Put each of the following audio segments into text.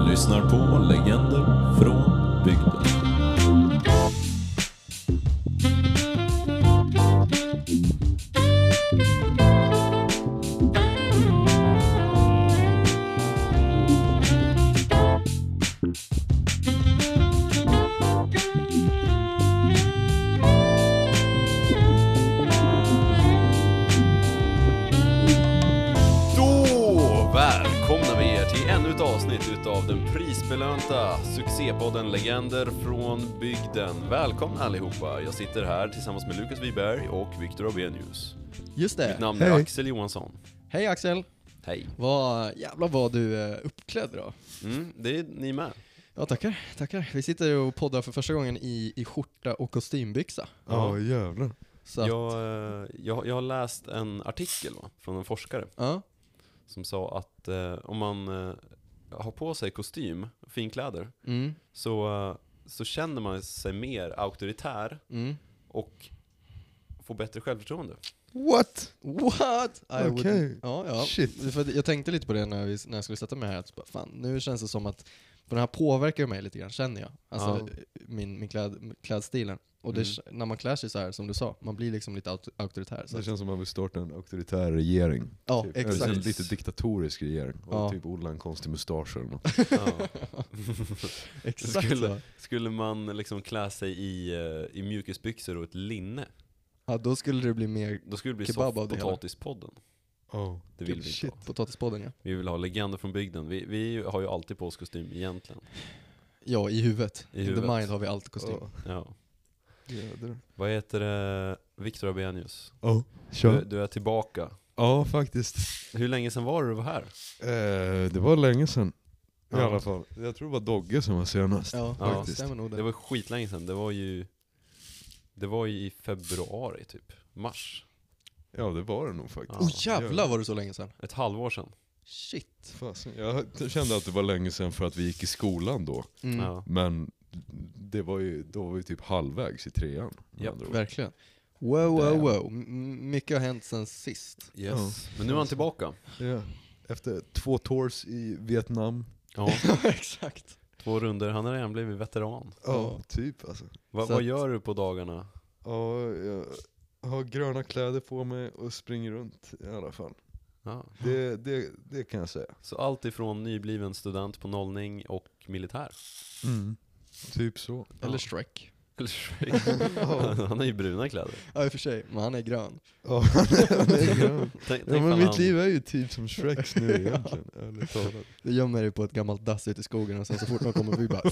lyssnar på Legender från bygden. Utav den prisbelönta succépodden Legender från bygden. Välkomna allihopa. Jag sitter här tillsammans med Lukas Wiberg och Viktor Abenius. Just det. Mitt namn är Axel Johansson. Hej Axel. Hej. Jävlar vad du är uppklädd då. Det är ni med. Ja, tackar. Vi sitter och poddar för första gången i skjorta och kostymbyxa. Ja, jävlar. Så Jag har läst en artikel från en forskare som sa att om man har på sig kostym, finkläder, så känner man sig mer auktoritär och får bättre självförtroende. What? Okej. Ja. Shit. För jag tänkte lite på det när jag skulle sätta mig här. Så bara, fan, nu känns det som att för den här påverkar mig lite grann, känner jag. Alltså min klädstilen. Och det, när man klär sig så här, som du sa, man blir liksom lite auktoritär. Så det känns som att man vill starta en auktoritär regering. Ja, typ. exakt. En lite diktatorisk regering. Och typ odla en konstig mustasch eller något. Exakt. Skulle man liksom klä sig i mjukisbyxor och ett linne? Ja, då skulle det bli mer. Då skulle det bli kebab av det hela. Potatispodden. Det vill vi inte ha. Potatispodden, ja. Vi vill ha legender från bygden. Vi har ju alltid på oss kostym egentligen. Ja, i huvudet. I the mind har vi alltid kostym. Ja. Jädrar. Vad heter det? Viktor Abenius. Du är tillbaka. Ja, faktiskt. Hur länge sedan var du här? Det var länge sedan. I alla fall. Jag tror det var Dogge som var senast. Ja, faktiskt. Stämmer nog det. Det var skitlänge sedan. Det var ju i februari typ. Mars. Ja, det var det nog faktiskt. Jävlar var det så länge sedan. Ett halvår sedan. Shit. Fasen. Jag kände att det var länge sedan för att vi gick i skolan då. Ja. Men då var vi typ halvvägs i trean. Ja, verkligen. Wow. Mycket har hänt sen sist. Yes. Men nu är han tillbaka. Ja. Efter 2 tours i Vietnam. Ja, Exakt. 2 runder. Han har redan blivit veteran. Ja, typ alltså. Vad gör du på dagarna? Ja, jag har gröna kläder på mig och springer runt i alla fall. Ja. Det kan jag säga. Så allt ifrån nybliven student på nollning och militär. Typ så. Eller Shrek. Han har ju bruna kläder. Ja, i och för sig. Men han är grön. Ja, han är grön. Men mitt liv är ju typ som Shreks nu egentligen. Ärligt talat. Du gömmer dig på ett gammalt dass ute i skogen och sen så fort man kommer förbi bara...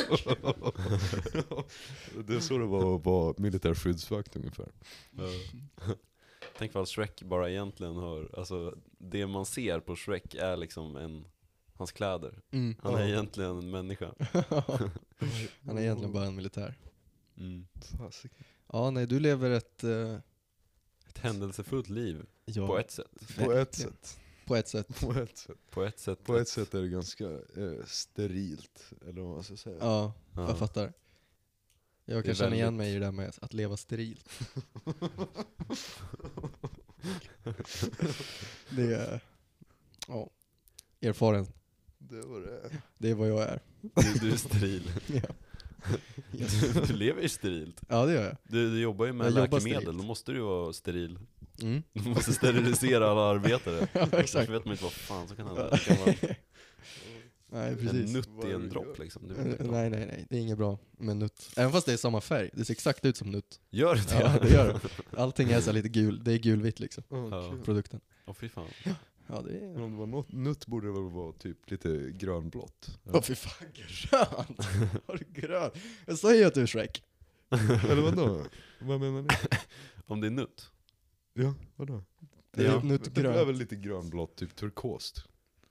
Det är så det var att vara militär skyddsvakt ungefär. Tänk för att Shrek bara egentligen har, alltså det man ser på Shrek är liksom hans kläder. Han är egentligen en människa. Han är egentligen bara en militär. Ja, nej, du lever ett händelsefullt liv. Ja. På ett sätt. På ett sätt är det ganska sterilt, eller vad man ska säga. Ja, jag fattar. Jag kan känna igen mig i det där med att leva sterilt. Det är erfaren. Det är vad jag är. Du är steril. Ja. Du lever ju sterilt. Ja, det gör jag. Du jobbar ju med läkemedel, då måste du vara steril. Du måste sterilisera alla arbetare. Ja, exakt. Så vet man inte vad fan som kan hända. Det kan vara nej, precis. en nutt i en dropp liksom. Nej, det är inget bra med nutt. Även fast det är samma färg, det ser exakt ut som nutt. Gör det? Ja, det gör det. Allting är så lite gul, det är gulvitt liksom. Produkten. Fy fan. Ja, det är... Om det var något nutt borde det väl vara typ lite grönblått. Fy fan, grönt. Har du grön? Jag sa ju att du är Shrek. Eller vadå? Vad menar ni? Om det är nutt? Ja, vadå? Det är nutt Det är grönt. väl lite grönblått, typ turkost.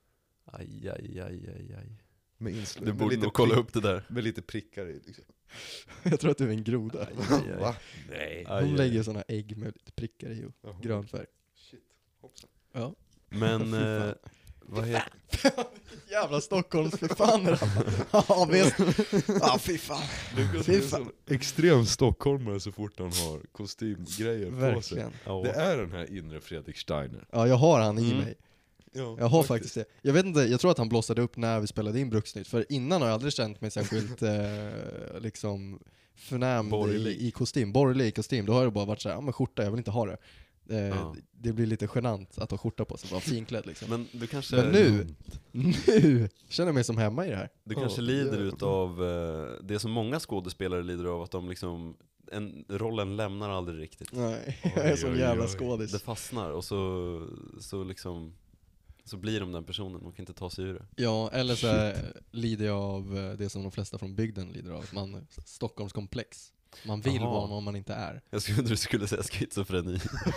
Aj. Med inslag. Du borde nog kolla upp det där. Med lite prickar i liksom. Jag tror att du är en groda. Va? Nej. Hon lägger såna ägg med lite prickar i och grön färg. Shit, hoppsan. Ja. Men vad heter... Jävla Stockholms, fy fan. Ja, visst. Ja, fy fan. Lukas är en sån extrem stockholmare så fort han har kostymgrejer på sig. Verkligen. Det är den här inre Fredrik Steiner. Ja, jag har han i mig. Ja, Jag har faktiskt det. Jag vet inte, jag tror att han blossade upp när vi spelade in Bruksnytt. För innan har jag aldrig känt mig särskilt liksom förnäm i kostym. Borgerlig i kostym. Då har det bara varit så här, ja men skjorta, jag vill inte ha det. Det blir lite genant att ha skjorta på sig, vara finklädd liksom. Men du kanske... Men nu känner jag mig som hemma i det här. Du kanske lider utav det som många skådespelare lider av, att de liksom... rollen lämnar aldrig riktigt. Nej, jag är så jävla skådis. Det fastnar och så liksom... Så blir de den personen, de kan inte ta sig ur det. Ja, eller så lider jag av det som de flesta från bygden lider av. Man, Stockholmskomplex. Man vill vara vad man inte är. Jag trodde du skulle säga schizofreni.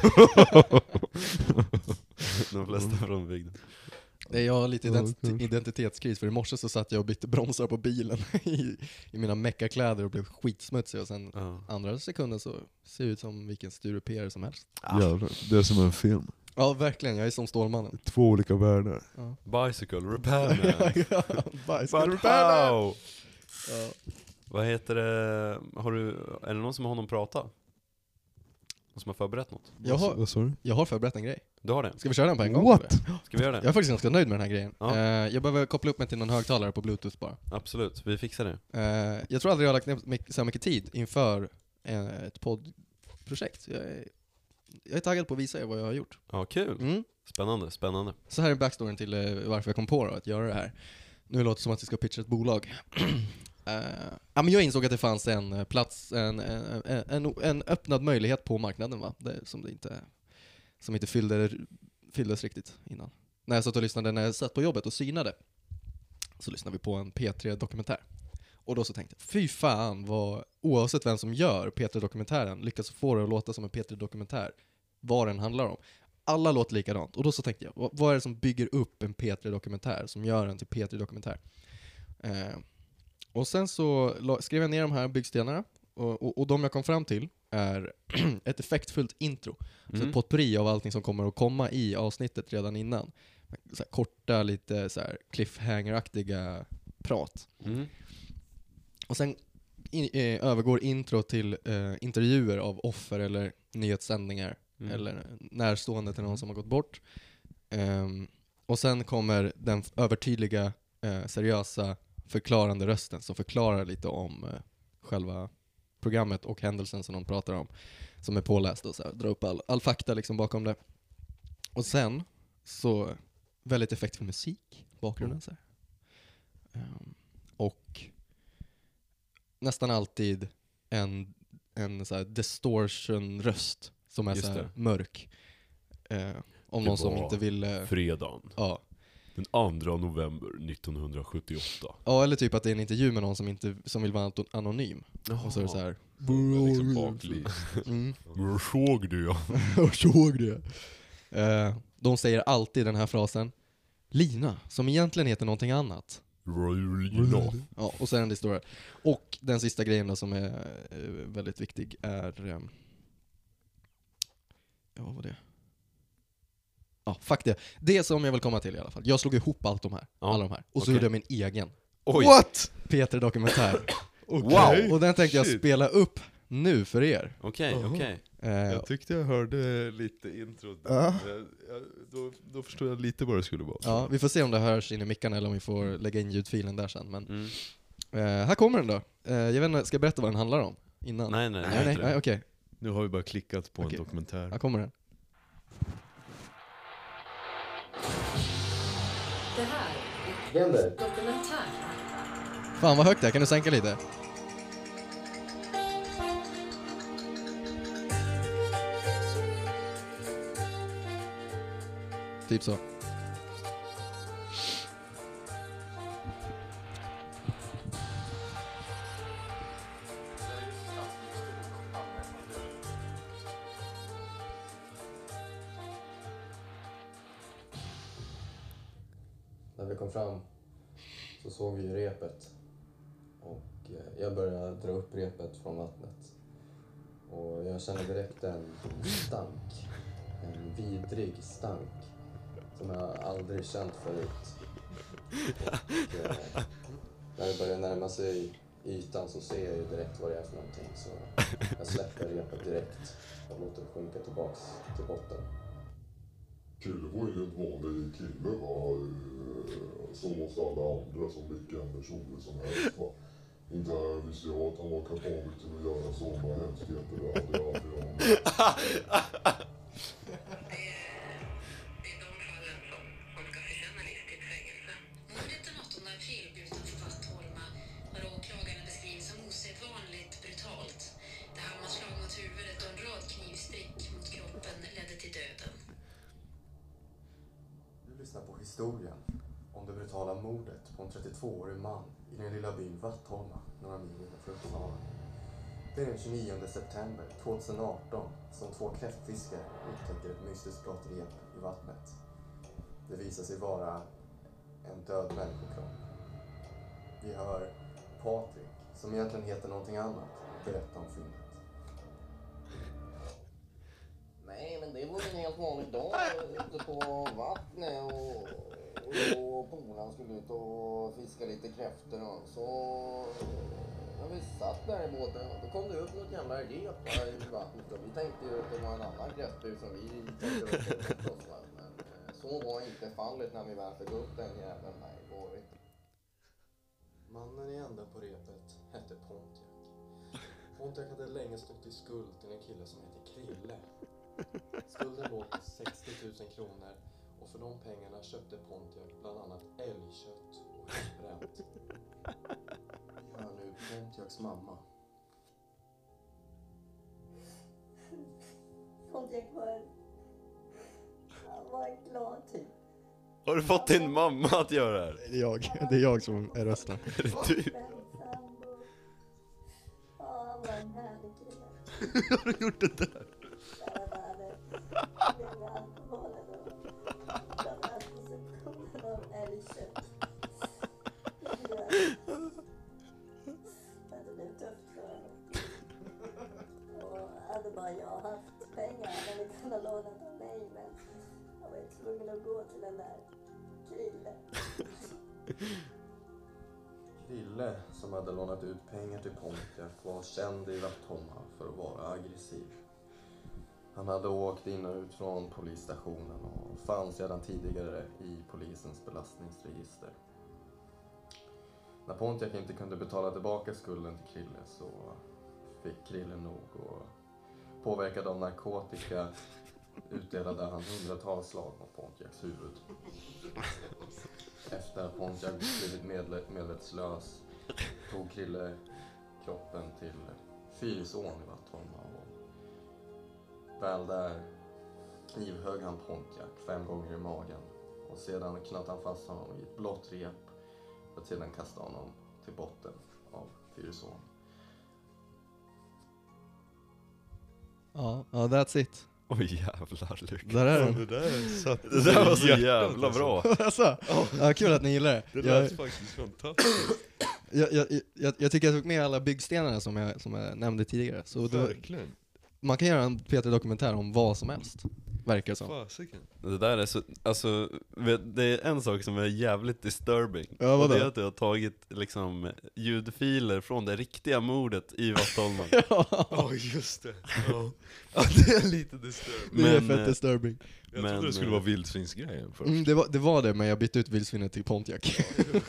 De flesta från bygden. Jag har lite identitetskris, för i morse så satt jag och bytte bromsar på bilen i mina meckakläder och blev skitsmutsig, och sen andra sekunden så ser det ut som vilken Sturepeare som helst. Jävlar, det är som en film. Ja, verkligen, jag är som Stålmannen. 2 olika världar. Ja. Bicycle repairman. Bicycle repairman. Ja. Vad heter det? Är det någon som har honom prata? Någon som har förberett något? Jag har förberett en grej. Du har det? Ska vi köra den på en gång? What? Ska vi göra det? Jag är faktiskt ganska nöjd med den här grejen. Ja. Jag behöver koppla upp mig till någon högtalare på Bluetooth bara. Absolut, vi fixar det. Jag tror aldrig jag har lagt ner så mycket tid inför ett poddprojekt. Jag är taggad på att visa er vad jag har gjort. Ja, kul. Spännande. Så här är backstoryn till varför jag kom på att göra det här. Nu låter det som att vi ska pitcha ett bolag. Men jag insåg att det fanns en plats, en öppnad möjlighet på marknaden, va? Som inte fylldes riktigt innan. När jag satt på jobbet och synade, så lyssnade vi på en P3-dokumentär. Och då så tänkte jag, fy fan, oavsett vem som gör P3-dokumentären lyckas få det att låta som en P3-dokumentär, vad den handlar om. Alla låter likadant. Och då så tänkte jag, vad är det som bygger upp en P3-dokumentär, som gör den till P3-dokumentär? Och sen så skrev jag ner de här byggstenarna, och de jag kom fram till är ett effektfullt intro. Så ett potpourri av allting som kommer att komma i avsnittet redan innan. Så här korta, lite så här cliffhanger-aktiga prat. Och sen övergår intro till intervjuer av offer eller nyhetssändningar eller närstående till någon som har gått bort. Och sen kommer den övertydliga, seriösa, förklarande rösten som förklarar lite om själva programmet och händelsen som de pratar om, som är påläst, och så här, dra upp all fakta liksom bakom det. Och sen så väldigt effektfull musik bakgrunden så här. Och nästan alltid en så här distortion-röst som är så här mörk. Om någon som inte vill... fredagen. Ja. Den 2 november 1978. Ja, eller typ att det är en intervju med någon som vill vara anonym. Och så är det så här... Liksom baklyst. Jag såg det, ja. Jag såg det. De säger alltid den här frasen. Lina, som egentligen heter någonting annat. Ja, och sen är det historia. Och den sista grejen då, som är väldigt viktig, är... vad var det? Ja, faktiskt. Det som jag vill komma till i alla fall. Jag slog ihop alla de här. Och så gjorde jag min egen. Oj. What? P3-dokumentär. Wow! Och den tänkte jag spela upp nu för er. Okej. Jag tyckte jag hörde lite intro. Då förstår jag lite vad det skulle vara. Ja, vi får se om det hörs in i mickarna eller om vi får lägga in ljudfilen där sen. Men här kommer den då. Jag vet inte, ska jag berätta vad den handlar om innan? Nej, okej. Nu har vi bara klickat på en dokumentär. Här kommer den. Det här är dokumentär. Fan vad högt det är, kan du sänka lite? Typ så. När vi kom fram så såg vi ju repet. Och jag började dra upp repet från vattnet. Och jag kände direkt en stank. En vidrig stank. Som jag aldrig känt förut. Och när det börjar närma sig ytan så ser jag ju direkt vad det är för någonting. Så jag släpper repet direkt och låter det sjunka tillbaks till botten. Krille var ju en vanlig kille, va? Som hos alla andra, som vilken kjole som helst, va? Inte visste jag att han var kapabel till att göra sådana hemskheter. Det hade jag aldrig aning. Det är de fallen som ska förtjäna livstids fängelse. Mordet den 8 april utanför Vattholma har åklagaren beskrivit som osedvanligt brutalt. Det hammarslag mot huvudet och en rad knivstick mot kroppen ledde till döden. Du lyssnar på historien om det brutala mordet på en 32-årig man i den lilla byn Vattholma, några mil utanför Uppsala. Det är den 29 september 2018 som 2 kräftfiskare upptäcker ett mystiskt blått rep i vattnet. Det visar sig vara en död människokropp. Vi hör Patrik, som egentligen heter någonting annat, berätta om fyndet. Nej, men det var en helt vanlig dag ute på vattnet och polarna skulle ut och fiska lite kräftor och så när vi satt där i båten då kom det upp något jävla rep i vattnet och vi tänkte ju att det var en annan kräftbur som vi tänkte upp oss, men så var inte fallet när vi väl fick upp den jäveln här i våret. Mannen i änden på repet hette Pontiac. Pontiac hade länge stått i skuld till en kille som hette Krille. Skulden låg på 60 000 kronor och för de pengarna köpte Pontiac bland annat älgkött och hembränt. Vi hör nu Pontiacs mamma. Pontiac var en glad typ. Har du fått din mamma att göra det här? Det är jag som är rösten. Är det du? Ja, han var en härlig kille. Har du gjort det där? Hade bara jag haft pengar hade jag kunnat låna av mig, men jag var tvungen att gå till den där Krille. Krille, som hade lånat ut pengar till Pontiac, var känd i Vattholma för att vara aggressiv. Han hade åkt in och ut från polisstationen och fanns redan tidigare i polisens belastningsregister. När Pontiac inte kunde betala tillbaka skulden till Krille så fick Krille nog, och påverkad av narkotika utdelade han hundratals slag mot Pontiacs huvud. Efter att Pontiac blivit medvetslös tog Krille kroppen till Fyrisån i Vattholma, och väl där knivhögg han Pontiac 5 gånger i magen, och sedan knöt han fast honom i ett blått rep för att sedan kasta honom till botten av Fyrisån. Ja, that's it. Oj jävlar Lukas. Där är den. Det där var så jävla bra. Alltså, ja, kul att ni gillar det. Det lät faktiskt fantastiskt. Jag tycker jag tog med alla byggstenarna som jag nämnde tidigare. Så verkligen. Man kan göra en P3-dokumentär om vad som helst, verkar det som. Fasiken. Det där är så, alltså, det är en sak som är jävligt disturbing. Ja, och det är att du har tagit liksom ljudfiler från det riktiga mordet i Vattholma. Ja, just det. Ja, det är lite disturbing. Det är fett disturbing. Jag trodde det skulle vara vildsvinsgrejen först. Det var det, men jag bytte ut vildsvinet till Pontiac.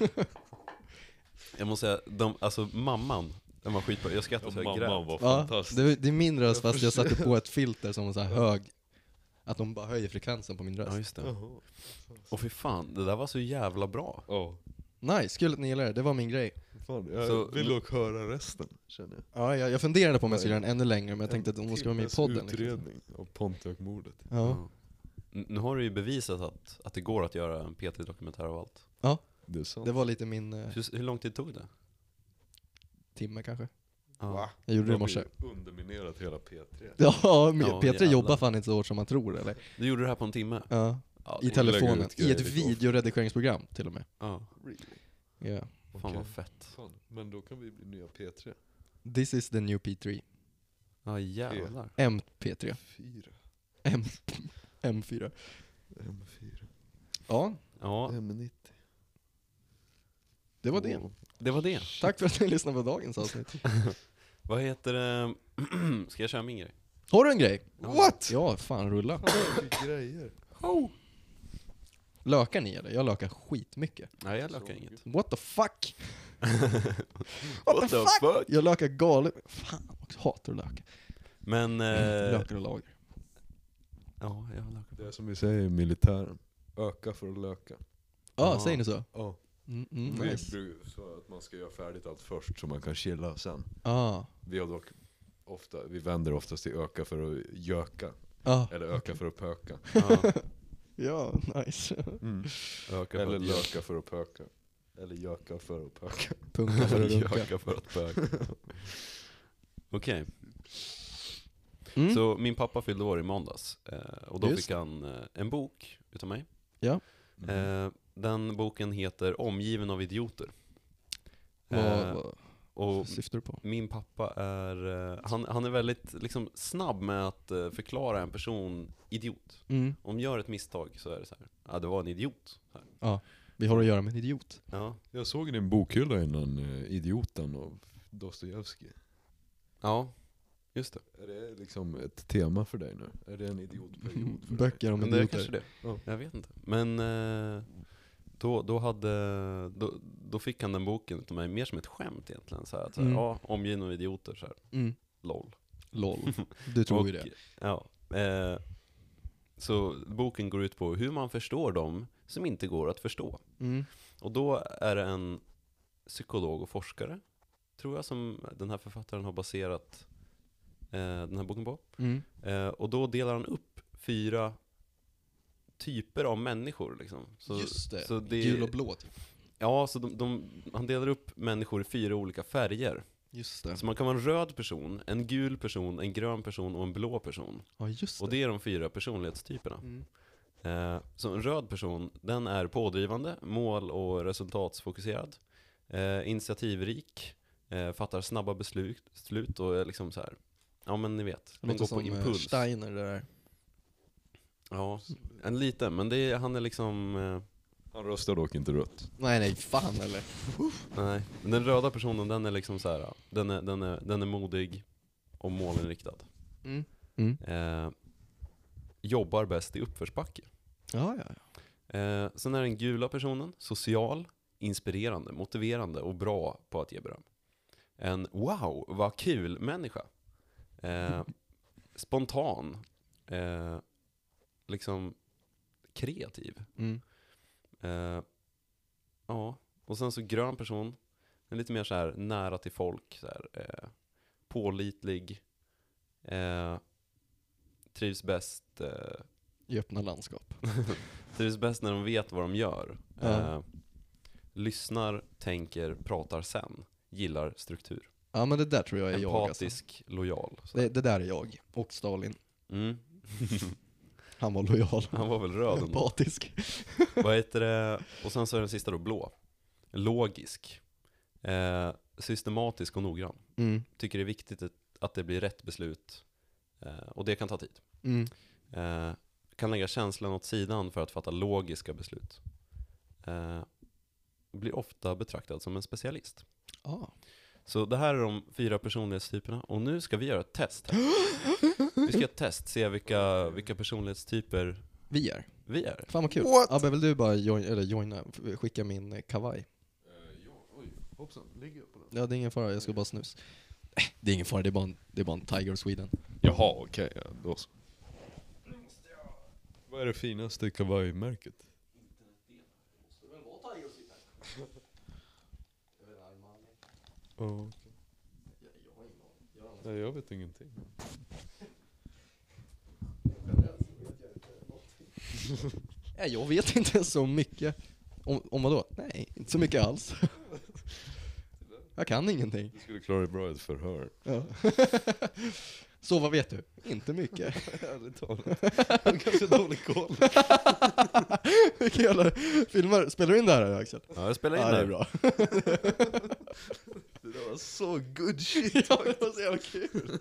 Jag måste säga, alltså mamman, den var skitbra. Jag skrattar så jag grät. Mamman var fantastisk. Det är min röst, fast jag satte på ett filter som var så här hög, att de bara höjer frekvensen på min röst. Ja, just det. Och fy fan, det där var så jävla bra. Nice, kul att ni gillar det. Det var min grej. Fan, jag vill dock höra resten, känner jag. Ja, jag funderade på om jag skulle göra den ännu längre, men jag tänkte att hon ska vara med i podden. Utredning av Pontiac-mordet. Ja. Nu har du ju bevisat att det går att göra en P3-dokumentär av allt. Ja, det är sant. Det var lite min... Hur lång tid tog det? Timme kanske. Ja. Va? Jag gjorde det i morse. Underminerat hela P3. Ja, P3 jävlar. jobbar fan inte så hårt som man tror, eller? Du gjorde det här på en timme? Ja, ja i telefonen. I ett videoredigeringsprogram till och med. Ja. Really? Yeah. Fan vad fett. Fan. Men då kan vi bli nya P3. This is the new P3. Ja jävlar. MP3. M4. Ja. M90. Det var det. Det var det. Tack för att ni lyssnade på dagens avsnitt. Vad heter det? Ska jag köra min grej? Har du en grej? Ja. What? Ja, fan rulla. Grejer. Lökar ni eller? Jag lökar skitmycket. Nej, jag lökar inget. What the fuck? What the fuck? Jag lökar galet. Fan, jag hatar att löka. Men... lökar och lager. Ja, jag lökar. Det är som vi säger i militären. Öka för att löka. Ja, säger ni så? Ja. Nice. Så att man ska göra färdigt allt först så man kan chilla sen. Vi har dock vi vänder oftast till öka för att göka. Eller öka för att pöka. Ja, nice. Öka eller löka för att pöka. Eller göka för att pöka. Punka för att runka. Göka för att pöka. Okej. Så min pappa fyllde år i måndags. Och då fick han en bok utav mig. Ja. Den boken heter Omgiven av idioter. Vad syftar du på? Min pappa är han är väldigt liksom snabb med att förklara en person idiot. Om gör ett misstag så är det så här. Ja, det var en idiot. Så här. Ja, vi har att göra med en idiot. Ja. Jag såg din bokhylla innan Idioten av Dostojevskij. Ja, just det. Är det liksom ett tema för dig nu? Är det en idiotperiod för Böcker om men idioter? Det är kanske det. Ja. Jag vet inte. Men då fick han den boken utav mig mer som ett skämt egentligen. Så här, att, ja, omgiven av idioter. Så här. LOL. Du tror ju det. Ja. Så boken går ut på hur man förstår dem som inte går att förstå. Och då är det en psykolog och forskare, tror jag, som den här författaren har baserat den här boken på. Och då delar han upp 4 typer av människor liksom. Just det, så gul och blå typ. Ja, så han delar upp människor i 4 olika färger. Just det. Så man kan vara en röd person, en gul person, en grön person och en blå person. Ja, just det. Och det är de 4 personlighetstyperna. Så en röd person, den är pådrivande, mål- och resultatsfokuserad, initiativrik, fattar snabba beslut och är liksom så här. Ja, men ni vet, den går på impuls. Steiner det där. Ja, en liten, men han är liksom... Han röstar dock inte rött. Nej, fan eller? Nej, men den röda personen, den är liksom så här. Den är modig och målinriktad. Jobbar bäst i uppförsbacke. Ja. Sen är den gula personen social, inspirerande, motiverande och bra på att ge beröm. En wow, vad kul människa. Spontan. Liksom kreativ. Ja, och sen så grön person, en lite mer så här nära till folk, så här, pålitlig, trivs bäst i öppna landskap. Trivs bäst när de vet vad de gör. Lyssnar, tänker, pratar sen, gillar struktur. Ja, men det där tror jag är empatisk, jag. Lojal. Det där är jag. Och Stalin. Han var lojal. Han var väl röd. Empatisk. Vad heter det? Och sen så är den sista då blå. Logisk. Systematisk och noggrann. Tycker det är viktigt att det blir rätt beslut. Och det kan ta tid. Kan lägga känslan åt sidan för att fatta logiska beslut. Blir ofta betraktad som en specialist. Så det här är de 4 personlighetstyperna. Och nu ska vi göra ett test här. Vi ska göra ett test, se vilka personlighetstyper vi är. Fan vad kul. What? Abbe, vill du bara joina, skicka min kavaj? Oj, hoppsan, ligger jag på den? Ja, det är ingen fara, jag ska bara snus. Det är ingen fara, det är bara en Tiger Sweden. Jaha, okej, ja, då så. Vad är det finaste kavajmärket? Det väl vara Tiger Sweden? Ja, nej, jag vet ingenting. Nej, jag vet inte så mycket. Om vad då? Nej, inte så mycket alls. Jag kan ingenting. Du skulle klara dig bra i ett förhör. Ja. Så vad vet du? Inte mycket. Ärligt talat. Jag har ganska dålig koll. Vilka jävla filmer. Spelar du in det här, Axel? Ja, jag spelar in det. det. Är bra. Det där var så good shit. Ja, det var så jävla kul.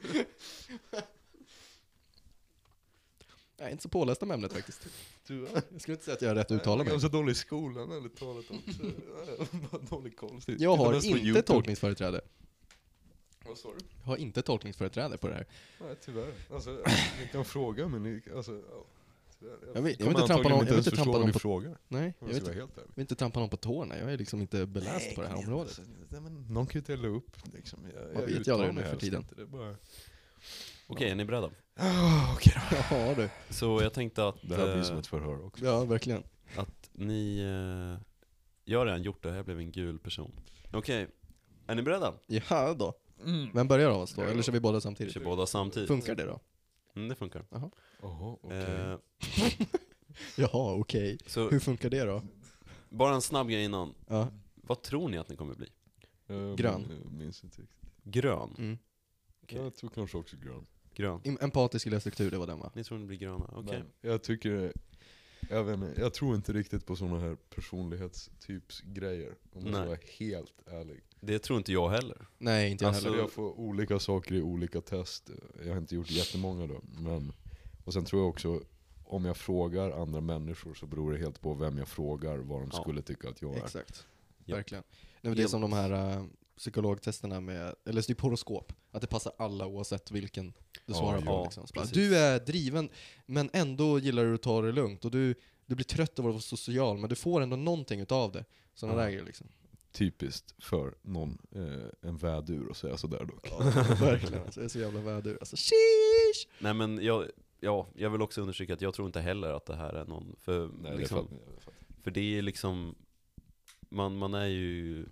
Jag är inte så påläst om ämnet faktiskt. Jag skulle inte säga att jag har rätt uttala mig. Jag är ganska dålig i skolan, eller talat också. Bara dålig koll. Jag har inte tolkningsföreträde. Vad sa du? Jag har inte tolkningsföreträde på det här. Nej, tyvärr. Alltså, ni kan fråga, men ni, alltså, ja, Jag vill inte trampa någon på frågor. Nej, jag vill inte trampa någon på tårna. Jag är liksom inte beläst på det här området. Någon kan ju tälla upp liksom. Vad vet jag nu för tiden? Okej, är ni beredda? Okej då. Ja, du. Så jag tänkte att... Det här blir som ett förhör också. Ja, verkligen. Att ni... jag har redan gjort det, jag blev en gul person. Okej, är ni beredda? Ja då. Vem börjar av oss då? Eller kör vi båda samtidigt? Kör båda samtidigt. Funkar det då? Det funkar. Jaha. Okej. Jaha, okej. Så hur funkar det då? Bara en snabb grej innan. Ja. Vad tror ni att ni kommer bli? Grön. Minns inte riktigt. Grön? Okay. Jag tror kanske också grön. Empatisk struktur, det var den va? Ni tror ni blir gröna, okej. Jag tycker... Jag tror inte riktigt på såna här personlighetstypsgrejer. Om man ska vara helt ärlig. Det tror inte jag heller. Nej, inte jag heller. Jag får olika saker i olika test. Jag har inte gjort jättemånga då. Och sen tror jag också, om jag frågar andra människor så beror det helt på vem jag frågar vad de skulle tycka att jag är. Exakt, verkligen. Det är som de här psykologtesterna med, eller typ horoskop. Att det passar alla oavsett vilken du svarar på. Liksom. Du är driven, men ändå gillar du att ta det lugnt. Och du blir trött av att vara social, men du får ändå någonting utav det. Sådana där grejer liksom. Typiskt för någon, en vädur att säga sådär dock. Ja, verkligen. Alltså, det är så jävla vädur. Alltså, sheesh! Nej men jag vill också understryka att jag tror inte heller att det här är någon... För, nej, liksom, för det är liksom... Man är ju...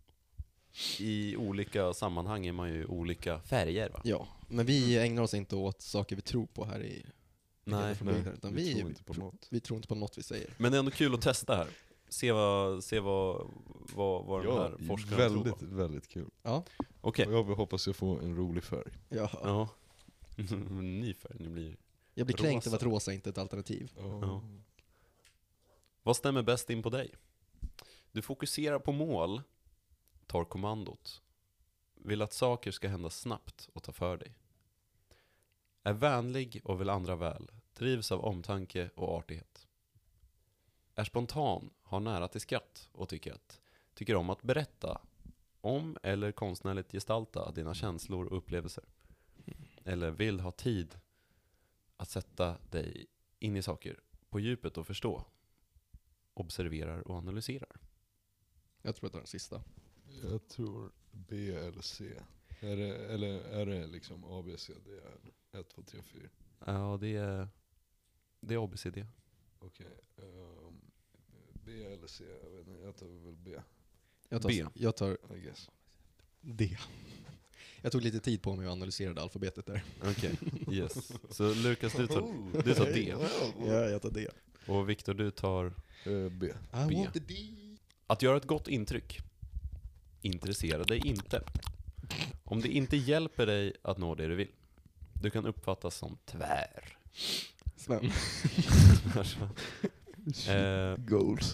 I olika sammanhang är man ju olika färger va? Ja, men vi ägnar oss inte åt saker vi tror på här i... Nej, utan vi tror inte på något. Vi tror inte på något vi säger. Men det är ändå kul att testa här. Se vad den här forskaren tror på. Väldigt kul. Ja. Okej. Och jag hoppas jag får en rolig färg. Ja. Ny färg, det blir... Jag blir kränkt över att rosa inte är ett alternativ. Ja. Vad stämmer bäst in på dig? Du fokuserar på mål, tar kommandot, vill att saker ska hända snabbt och ta för dig. Är vänlig och vill andra väl, drivs av omtanke och artighet. Är spontan, har nära till skratt och tycker om att berätta om eller konstnärligt gestalta dina känslor och upplevelser. Eller vill ha tid att sätta dig in i saker på djupet och förstå. Observerar och analyserar. Jag tror att det är den sista. Jag tror B eller C. Är det liksom A, B, C, D, 1, 2, 3, 4? Ja, det är A, B, C, D. Okej. B eller C, jag vet inte. Jag tar väl B. Jag tar I guess. D. Jag tog lite tid på mig att analysera det alfabetet där. Okej, yes. Så Lukas, du tar D. Ja, jag tar D. Och Viktor, du tar B. I want the D. Att göra ett gott intryck. Intressera dig inte. Om det inte hjälper dig att nå det du vill. Du kan uppfattas som tvär. Sven. Goals.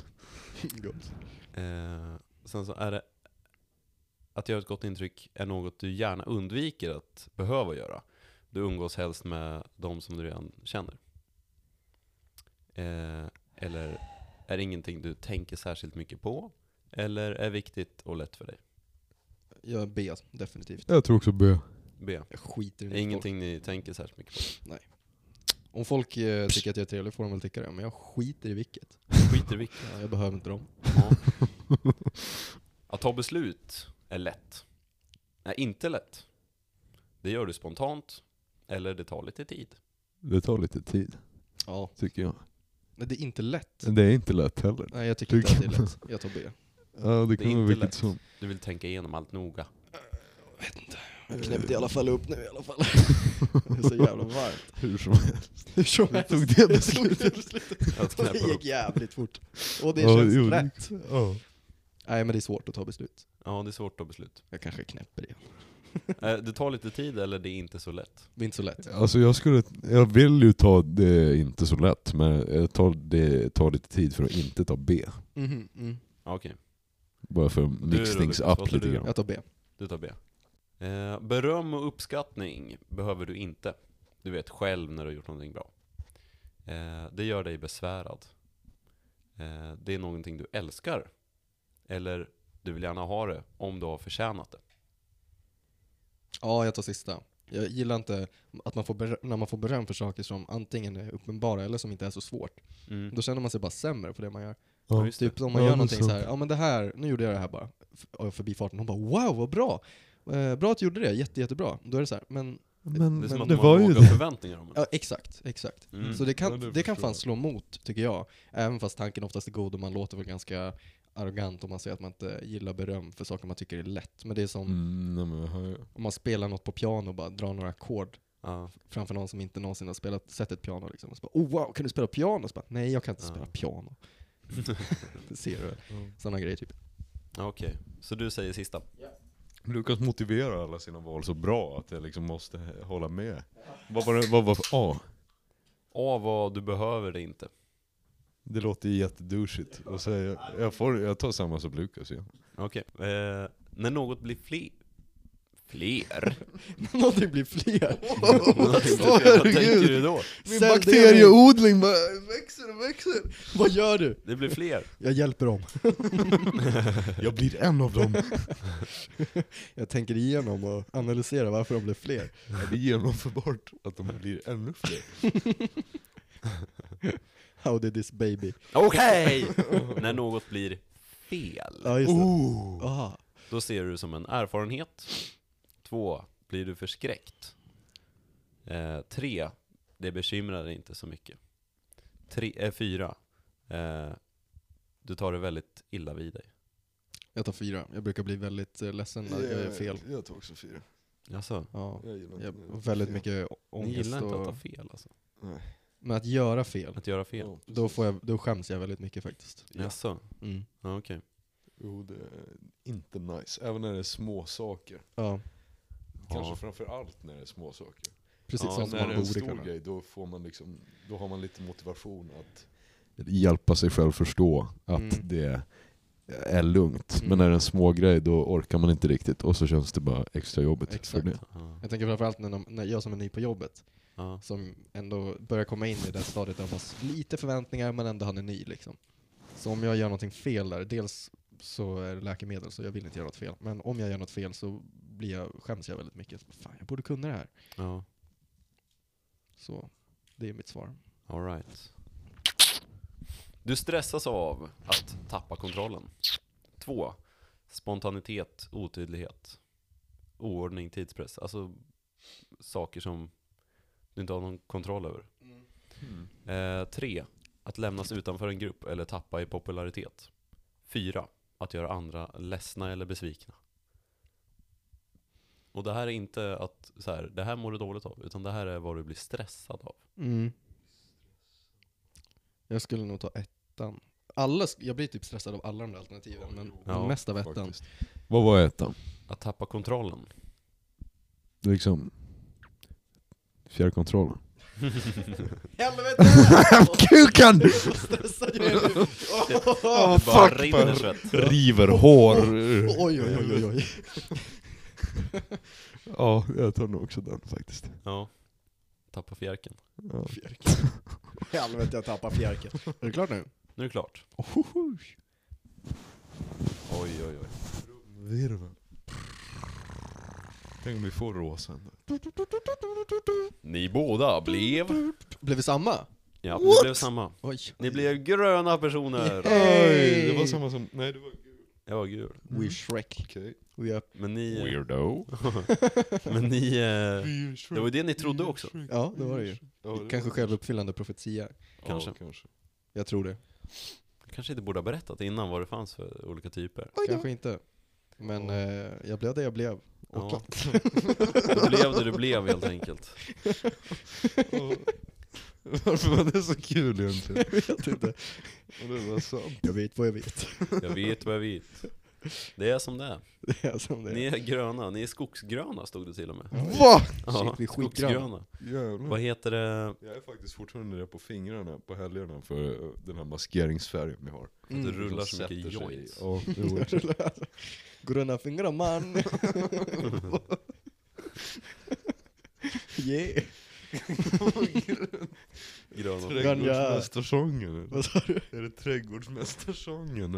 Sen så är det att göra ett gott intryck är något du gärna undviker att behöva göra. Du umgås helst med de som du redan känner. Eller är ingenting du tänker särskilt mycket på. Eller är viktigt och lätt för dig. Jag är B, definitivt. Jag tror också B. B. Jag skiter i ingenting ni tänker särskilt mycket på. Nej. Om folk tycker att jag är trevlig får de väl tycka det. Men jag skiter i vilket. Skiter i vilket? Ja, jag behöver inte dem. Ja. Att ta beslut är lätt. Nej, inte lätt. Det gör du spontant. Eller det tar lite tid. Det tar lite tid. Ja. Tycker jag. Men det är inte lätt. Det är inte lätt heller. Nej, jag tycker inte att det är lätt. Jag tar B. Ja, det kan vara vilket som. Du vill tänka igenom allt noga. Jag vet inte. Jag knäppte i alla fall upp nu i alla fall. Det är så jävla varmt. Hur som helst. Hur som helst. Tog det beslutet. Det gick jävligt fort. Och det känns rätt. Ja. Nej, men det är svårt att ta beslut. Ja, det är svårt att ta beslut. Jag kanske knäpper igen. Det tar lite tid eller det är inte så lätt? Det är inte så lätt. Alltså jag vill ju ta det inte så lätt, men jag tar lite tid för att inte ta B. Okej. Bara för att mix things up lite grann. Jag tar B. Du tar B. Beröm och uppskattning behöver du inte. Du vet själv när du har gjort någonting bra. Det gör dig besvärad. Det är någonting du älskar. Eller du vill gärna ha det om du har förtjänat det. Ja, jag tar sista. Jag gillar inte att när man får beröm för saker som antingen är uppenbara eller som inte är så svårt. Då känner man sig bara sämre för det man gör. Ja, Typ om man gör någonting så här, ja men det här, nu gjorde jag det här bara förbi farten. Hon bara, wow vad bra! Bra att du gjorde det, jättebra. Då är det så här, men det är som att det man var ju vågar förväntningar om det. ja, exakt. Så det kan fan slå emot, tycker jag. Även fast tanken oftast är god och man låter väl ganska arrogant om man säger att man inte gillar beröm för saker man tycker är lätt. Men det är som om man spelar något på piano och bara drar några ackord framför någon som inte någonsin har sett ett piano. Liksom. Och så bara, oh wow, kan du spela piano? Så bara, nej, jag kan inte spela piano. Det ser du. Sådana grejer typ. Okej, så du säger sista. Lukas motiverar alla sina val så bra att jag liksom måste hålla med. Vad var A? A var du behöver det inte. Det låter jättedouchigt. Och så jag tar samma som Lukas igen. Okej. När något blir fler. Någonting blir fler. Vad tänker du då? Min bakterieodling bara växer. Vad gör du? Det blir fler. Jag hjälper dem. Jag blir en av dem. Jag tänker igenom och analysera varför de blir fler. Det är genomförbart att de blir ännu fler. How did this baby? Okej! När något blir fel. Ja, just det. Då ser du som en erfarenhet. 2. Blir du förskräckt. 3. Det bekymrar dig inte så mycket. 4. Du tar det väldigt illa vid dig. Jag tar 4. Jag brukar bli väldigt ledsen när jag gör fel. Jag tar också 4. Jaså? Ja, jag väldigt mycket ångest. Ni gillar inte att ta fel alltså? Nej. Men att göra fel. Då skäms jag väldigt mycket faktiskt. Jaså? Ja, okej. Jo, det är inte nice. Även när det är små saker. Ja. Kanske framför allt när det är små saker. Precis som när man det är en borde stor kunna. grej, då har man lite motivation att hjälpa sig själv förstå att det är lugnt. Men när det är en små grej, då orkar man inte riktigt. Och så känns det bara extra jobbigt. Exakt. För det. Jag tänker framförallt när jag som är ny på jobbet, som ändå börjar komma in i det stadiet där man har lite förväntningar men ändå han är ny liksom. Så om jag gör någonting fel där, dels så är det läkemedel så jag vill inte göra något fel. Men om jag gör något fel så skäms jag väldigt mycket. Fan, jag borde kunna det här. Ja. Så det är mitt svar. All right. Du stressas av att tappa kontrollen. 2. Spontanitet, otydlighet. Oordning, tidspress. Alltså saker som du inte har någon kontroll över. 3. Att lämnas utanför en grupp eller tappa i popularitet. 4. Att göra andra ledsna eller besvikna. Och det här är inte att så här, det här mår du dåligt av, utan det här är vad du blir stressad av. Jag skulle nog ta 1. Jag blir typ stressad av alla de där alternativen, men mest av 1. Vad var 1? Att tappa kontrollen. Liksom fjärrkontrollen. Helvete! Kukan! Stressad jag är nu. Det bara rinner svett. River hår. Oj. Ja, jag tar nog också den faktiskt. Ja. Tappa fjärken. Ja. Helvete, jag tappar fjärken. Är det klart nu? Nu är det klart. Oj. Virvel. Tänk om vi får rosa. Ni båda blev vi samma? Ja, ni blev samma. Oj. Ni blev gröna personer. Oj, det var samma som... Nej, det var gul. Jag var gul. We Shrek. Okej. Men ni... Weirdo. Men ni... Det var det ni trodde också. Ja, det var det ju. Kanske självuppfyllande profetia. Kanske. Jag tror det. Kanske inte borde ha berättat innan vad det fanns för olika typer. Kanske inte. Men jag blev det jag blev. Ja. Du blev det du blev helt enkelt. Varför var det så kul egentligen? Jag vet inte. Och det var sant. Jag vet vad jag vet. Jag vet vad jag vet. Det är som det är. Det är som det är. Ni är gröna, ni är skogsgröna stod det till och med. Va? Ja, vi är skogsgröna. Jävlar. Vad heter det? Jag är faktiskt fortfarande det på fingrarna på helgerna för den här maskeringsfärgen vi har. Det rullar så mycket joints. Ja, gröna fingrar man. Yeah. Trädgårdsmästarsången. Vad sa du? Är det trädgårdsmästarsången?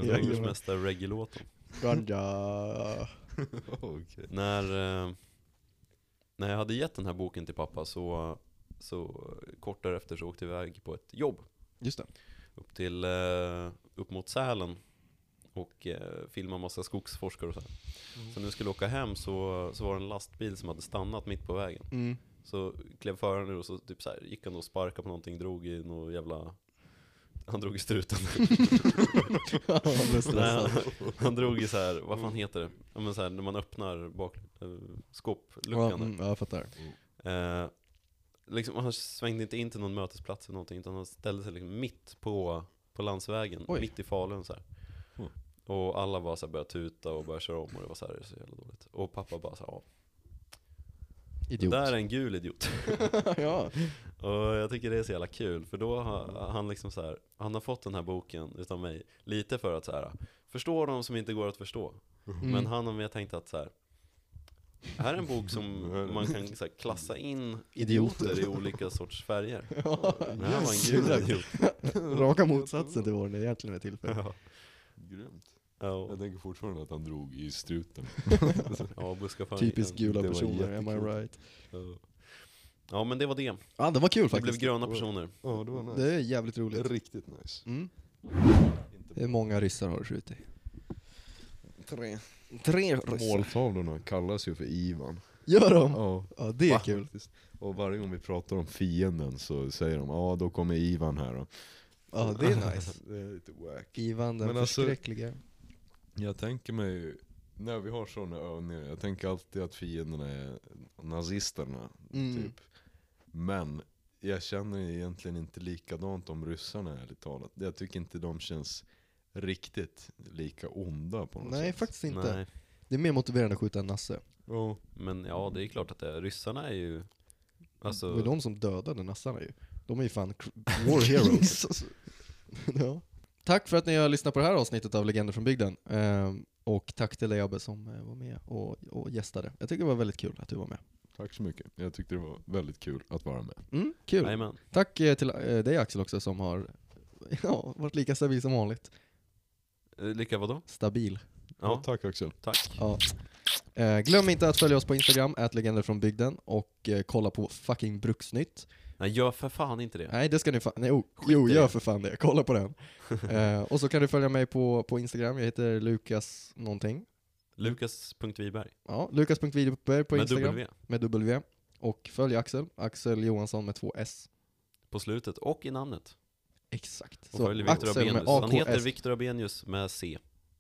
Trädgårdsmästar-reggae-låten. Ganja. Okay. När när jag hade gett den här boken till pappa så kort därefter så åkte jag iväg på ett jobb. Just det. Upp mot Sälen och filma massa skogsforskare och så här. Så när jag skulle åka hem så var det en lastbil som hade stannat mitt på vägen. Så klev föraren ur och så typ så här, gick han och sparkade på någonting, drog i någon jävla... Han drog i struten. Nej, han drog i så här, vad fan heter det? Ja, men så här, när man öppnar skåpluckan. Ja, jag fattar. Liksom, han svängde inte in till någon mötesplats eller någonting, utan han ställde sig liksom mitt på landsvägen. Oj. Mitt i Falun så här. Och alla bara så här började tuta och började köra om, och det var så här, så jävla dåligt. Och pappa bara så här, idiot. Det där är en gul idiot. Ja. Och jag tycker det är så jävla kul, för då har han liksom så här, han har fått den här boken utav mig lite för att så här, förstå de som inte går att förstå. Men han har mer tänkt att så här är en bok som man kan så här, klassa in idioter i olika sorts färger. Ja, det här var en gul idiot. Raka motsatsen till vad det egentligen är till för. Ja. Grymt. Ja. Jag tänker fortfarande att han drog i struten. Ja, typiskt gula personer, am I right? Ja, men det var det. Ja, det var kul faktiskt. Det blev gröna personer. Ja, det var nice. Det är jävligt roligt. Det är riktigt nice. Hur många ryssar har du skjutit? 3 ryssar. Måltavlorna kallas ju för Ivan. Gör de? Ja, det är kul. Faktiskt. Och varje gång vi pratar om fienden så säger de, då kommer Ivan här då. Ja, det är nice. Det är lite wack. Ivan den förskräckliga. Jag tänker mig, när vi har sådana övningar, jag tänker alltid att fienderna är nazisterna typ. Men jag känner egentligen inte likadant om ryssarna, ärligt talat. Jag tycker inte de känns riktigt lika onda på något sätt. Nej, faktiskt inte. Nej. Det är mer motiverande att skjuta en nasse. Ja. Men ja, det är klart att ryssarna är ju... Alltså... Det är de som dödade nassarna ju. De är ju fan war heroes. Ja. Tack för att ni har lyssnat på det här avsnittet av Legender från bygden. Och tack till dig, Abbe, som var med och gästade. Jag tycker det var väldigt kul att du var med. Tack så mycket. Jag tyckte det var väldigt kul att vara med. Kul. Amen. Tack till dig, Axel, också, som har varit lika stabil som vanligt. Lika vad då? Stabil. Ja, tack Axel. Tack. Ja. Glöm inte att följa oss på Instagram, @legender från bygden, och kolla på fucking Bruksnytt. Nej, gör för fan inte det. Nej, det ska ni jo, gör för fan det. Kolla på den. Och så kan du följa mig på Instagram. Jag heter Lukas någonting. Lukas.Wiberg. Ja, Lukas.Wiberg på Instagram. W. Med W. Och följ Axel Johansson med 2 S. På slutet och i namnet. Exakt. Och följ Viktor Abenius. Han heter Viktor Abenius med C.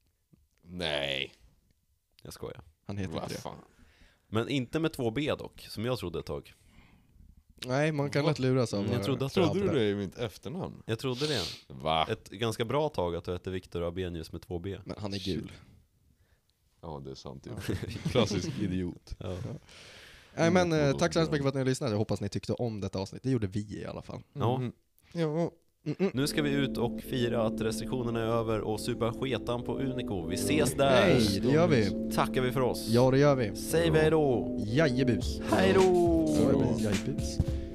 Nej. Jag skojar. Han heter inte det. Men inte med 2B dock, som jag trodde ett tag. Nej, man kan lätt luras av jag trodde du det i mitt efternamn? Jag trodde det. Va? Ett ganska bra tag att du hette Viktor Abenius med 2B. Men han är gul. Ja, det är sant. Klassisk idiot. Ja. Nej, men tack så mycket för att ni har lyssnat. Jag hoppas ni tyckte om detta avsnitt. Det gjorde vi i alla fall. Ja. Ja. Nu ska vi ut och fira att restriktionerna är över och supa sketan på Unico. Vi ses där. Hej, det gör vi. Tackar vi för oss. Ja, det gör vi. Säg vi hej då. Jajebus. Hej då. Jajebus.